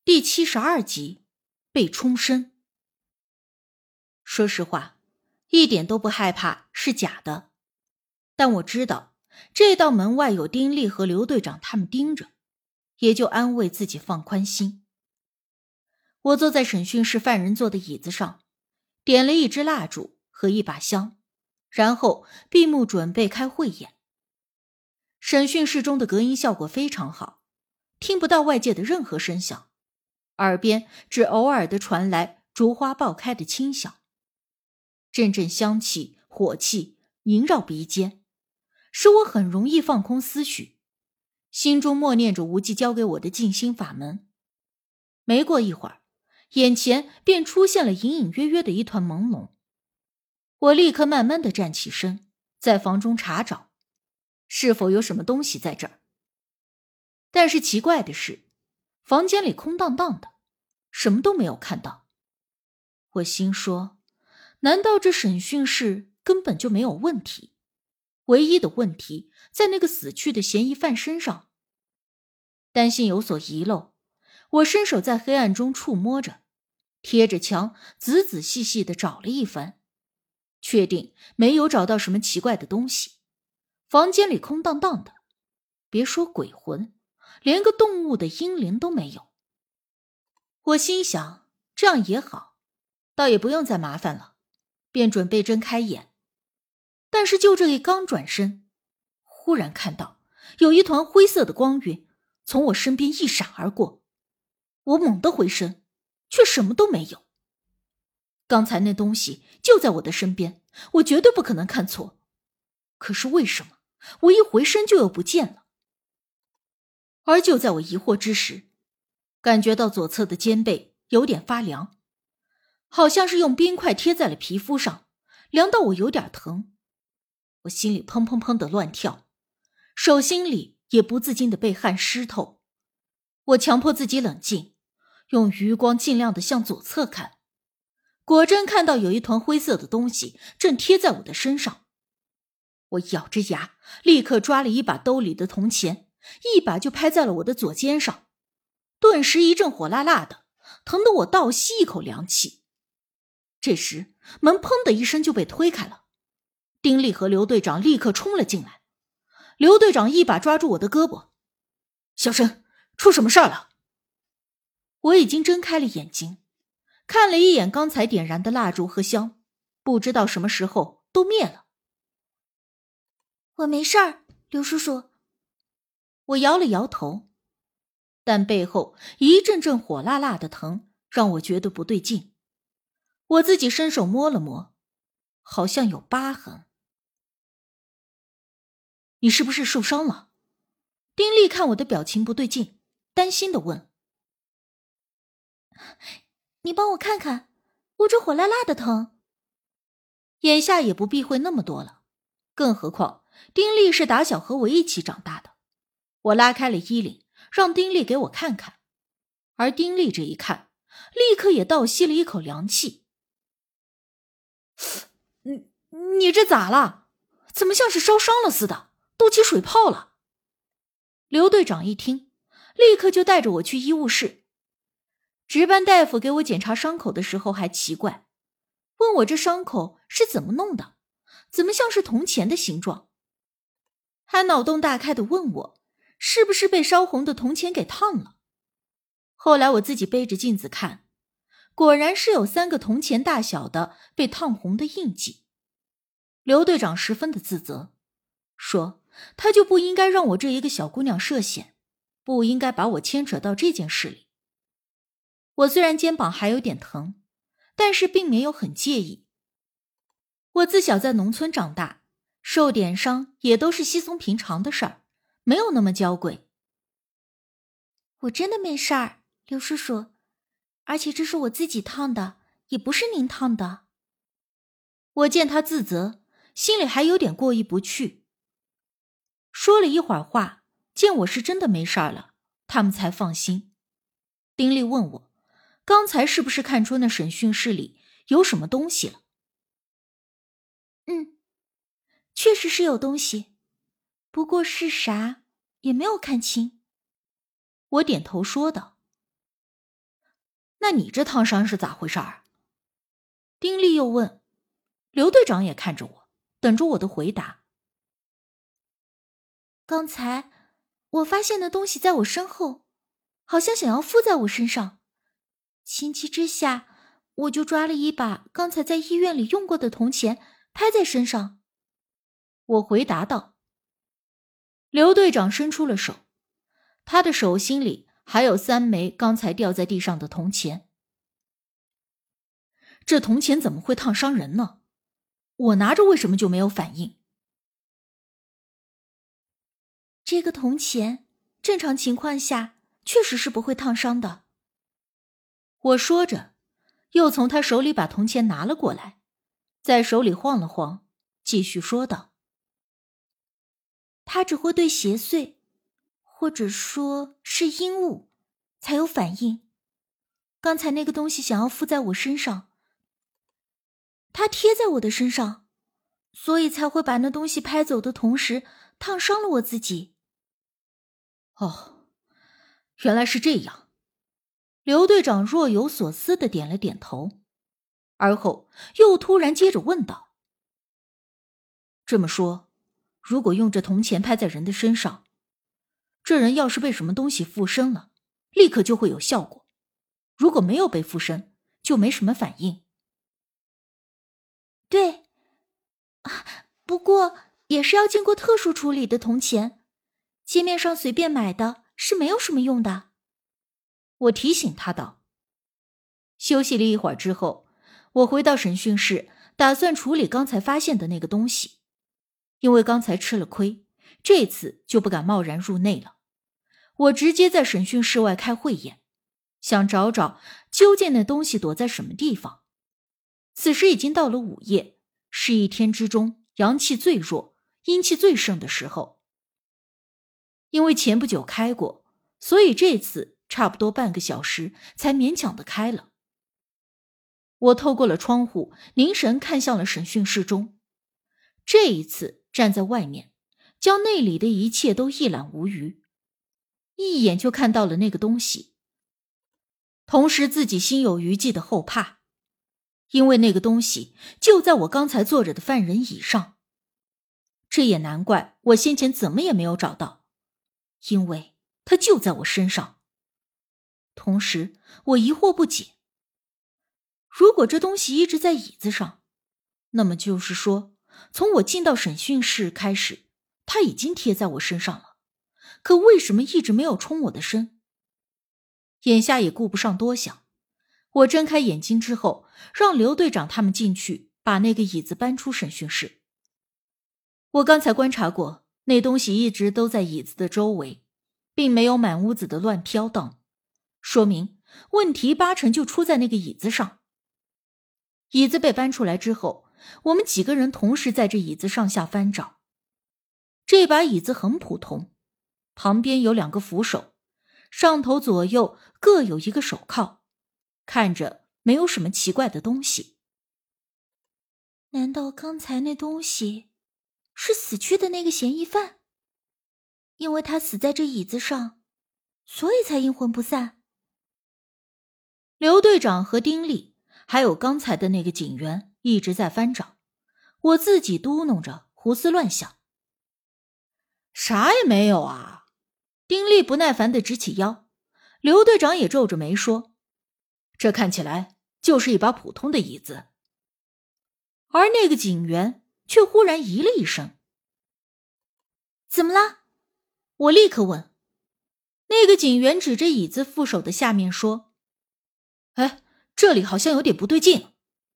第72集被冲身。说实话，一点都不害怕是假的，但我知道这道门外有丁力和刘队长他们盯着，也就安慰自己放宽心。我坐在审讯室犯人坐的椅子上，点了一支蜡烛和一把香，然后闭目准备开慧眼。审讯室中的隔音效果非常好，听不到外界的任何声响，耳边只偶尔地传来烛花爆开的清响，阵阵香气火气萦绕鼻尖，使我很容易放空思绪，心中默念着无忌教给我的静心法门。没过一会儿，眼前便出现了隐隐约约的一团朦胧。我立刻慢慢地站起身，在房中查找是否有什么东西在这儿。但是奇怪的是，房间里空荡荡的，什么都没有看到。我心说，难道这审讯室根本就没有问题？唯一的问题在那个死去的嫌疑犯身上。担心有所遗漏，我伸手在黑暗中触摸着，贴着墙仔仔细细地找了一番，确定没有找到什么奇怪的东西。房间里空荡荡的，别说鬼魂，连个动物的阴灵都没有。我心想，这样也好，倒也不用再麻烦了，便准备睁开眼。但是就这一刚转身，忽然看到有一团灰色的光晕从我身边一闪而过。我猛地回身，却什么都没有。刚才那东西就在我的身边，我绝对不可能看错。可是为什么我一回身就又不见了？而就在我疑惑之时，感觉到左侧的肩背有点发凉，好像是用冰块贴在了皮肤上，凉到我有点疼。我心里砰砰砰的乱跳，手心里也不自禁的被汗湿透。我强迫自己冷静，用余光尽量的向左侧看，果真看到有一团灰色的东西正贴在我的身上。我咬着牙，立刻抓了一把兜里的铜钱，一把就拍在了我的左肩上，顿时一阵火辣辣的，疼得我倒吸一口凉气。这时门砰的一声就被推开了，丁力和刘队长立刻冲了进来。刘队长一把抓住我的胳膊：“小申，出什么事儿了？”我已经睁开了眼睛，看了一眼刚才点燃的蜡烛和香，不知道什么时候都灭了。 我没事儿，刘叔叔。 我摇了摇头，但背后一阵阵火辣辣的疼让我觉得不对劲。我自己伸手摸了摸，好像有疤痕。你是不是受伤了？丁力看我的表情不对劲，担心地问。 你帮我看看，我这火辣辣的疼。 眼下也不避讳那么多了，更何况丁力是打小和我一起长大的。我拉开了衣领，让丁力给我看看，而丁力这一看，立刻也倒吸了一口凉气。你这咋了？怎么像是烧伤了似的，都起水泡了？刘队长一听，立刻就带着我去医务室。值班大夫给我检查伤口的时候还奇怪，问我这伤口是怎么弄的，怎么像是铜钱的形状，还脑洞大开地问我是不是被烧红的铜钱给烫了。后来我自己背着镜子看，果然是有3个铜钱大小的被烫红的印记。刘队长十分的自责，说他就不应该让我这一个小姑娘涉险，不应该把我牵扯到这件事里。我虽然肩膀还有点疼，但是并没有很介意。我自小在农村长大，受点伤也都是稀松平常的事儿，没有那么娇贵。 我真的没事儿，刘叔叔，而且这是我自己烫的，也不是您烫的。 我见他自责，心里还有点过意不去。说了一会儿话，见我是真的没事儿了，他们才放心。丁力问我，刚才是不是看出那审讯室里有什么东西了？ 确实是有东西，不过是啥也没有看清。 我点头说道。 那你这烫伤是咋回事儿？丁力又问。刘队长也看着我，等着我的回答。 刚才我发现的东西在我身后，好像想要附在我身上。情急之下，我就抓了一把刚才在医院里用过的铜钱，拍在身上。 我回答道。刘队长伸出了手，他的手心里还有3枚刚才掉在地上的铜钱。这铜钱怎么会烫伤人呢？我拿着为什么就没有反应？ 这个铜钱正常情况下确实是不会烫伤的。 我说着，又从他手里把铜钱拿了过来，在手里晃了晃，继续说道： 它只会对邪祟，或者说是阴物，才有反应。刚才那个东西想要附在我身上，它贴在我的身上，所以才会把那东西拍走的同时烫伤了我自己。 哦，原来是这样。刘队长若有所思地点了点头，而后又突然接着问道：这么说，如果用这铜钱拍在人的身上，这人要是被什么东西附身了，立刻就会有效果；如果没有被附身，就没什么反应。 对，不过也是要经过特殊处理的铜钱，街面上随便买的是没有什么用的。 我提醒他道。休息了一会儿之后，我回到审讯室，打算处理刚才发现的那个东西。因为刚才吃了亏，这次就不敢贸然入内了。我直接在审讯室外开慧眼，想找找究竟那东西躲在什么地方。此时已经到了午夜，是一天之中阳气最弱、阴气最盛的时候。因为前不久开过，所以这次差不多半个小时才勉强的开了。我透过了窗户，凝神看向了审讯室中。这一次站在外面，将内里的一切都一览无余，一眼就看到了那个东西。同时自己心有余悸的后怕，因为那个东西就在我刚才坐着的犯人椅上。这也难怪我先前怎么也没有找到，因为它就在我身上。同时我疑惑不解，如果这东西一直在椅子上，那么就是说从我进到审讯室开始，它已经贴在我身上了，可为什么一直没有冲我的身？眼下也顾不上多想，我睁开眼睛之后，让刘队长他们进去把那个椅子搬出审讯室。我刚才观察过，那东西一直都在椅子的周围，并没有满屋子的乱飘荡，说明问题8成就出在那个椅子上。椅子被搬出来之后，我们几个人同时在这椅子上下翻找。这把椅子很普通，旁边有2个扶手，上头左右各有一个手铐，看着没有什么奇怪的东西。 难道刚才那东西是死去的那个嫌疑犯？因为他死在这椅子上，所以才阴魂不散。 刘队长和丁力还有刚才的那个警员一直在翻找，我自己嘟囔着胡思乱想。啥也没有啊！丁力不耐烦地直起腰，刘队长也皱着眉说：这看起来就是一把普通的椅子。而那个警员却忽然咦了一声。 怎么了？ 我立刻问。那个警员指着椅子扶手的下面说：哎，这里好像有点不对劲。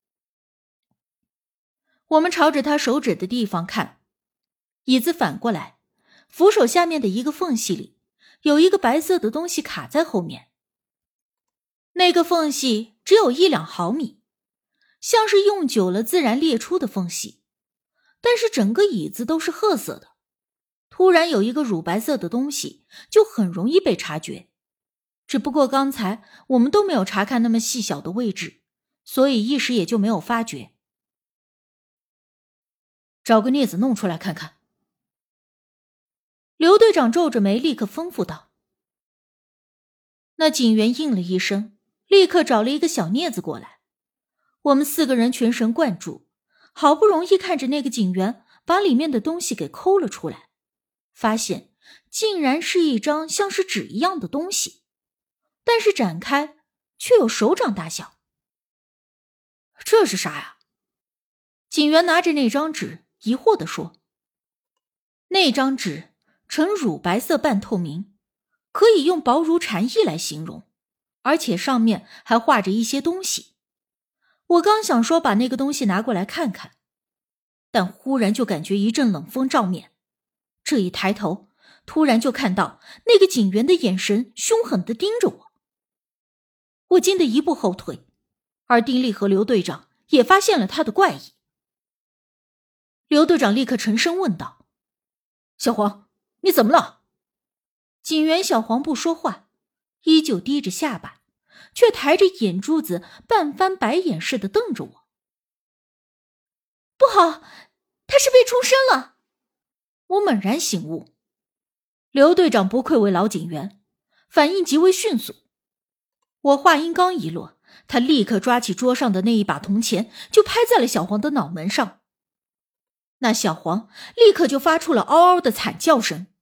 我们朝着他手指的地方看，椅子反过来，扶手下面的一个缝隙里有一个白色的东西卡在后面。那个缝隙只有1-2毫米，像是用久了自然裂出的缝隙，但是整个椅子都是褐色的，突然有一个乳白色的东西就很容易被察觉。只不过刚才我们都没有查看那么细小的位置，所以一时也就没有发觉。找个镊子弄出来看看。刘队长皱着眉立刻吩咐道。那警员应了一声， 立刻找了一个小镊子过来。我们4个人全神贯注，好不容易看着那个警员把里面的东西给抠了出来，发现竟然是一张像是纸一样的东西，但是展开却有手掌大小。这是啥呀？警员拿着那张纸疑惑地说。那张纸呈乳白色半透明，可以用薄如蝉翼来形容，而且上面还画着一些东西。我刚想说把那个东西拿过来看看，但忽然就感觉一阵冷风照面，这一抬头，突然就看到那个警员的眼神凶狠地盯着我。我惊得一步后退，而丁力和刘队长也发现了他的怪异。刘队长立刻沉声问道：小黄，你怎么了？警员小黄不说话，依旧低着下巴，却抬着眼珠子半翻白眼似的瞪着我。 不好，他是被冲身了！ 我猛然醒悟。刘队长不愧为老警员，反应极为迅速。我话音刚一落，他立刻抓起桌上的那一把铜钱，就拍在了小黄的脑门上。那小黄立刻就发出了嗷嗷的惨叫声，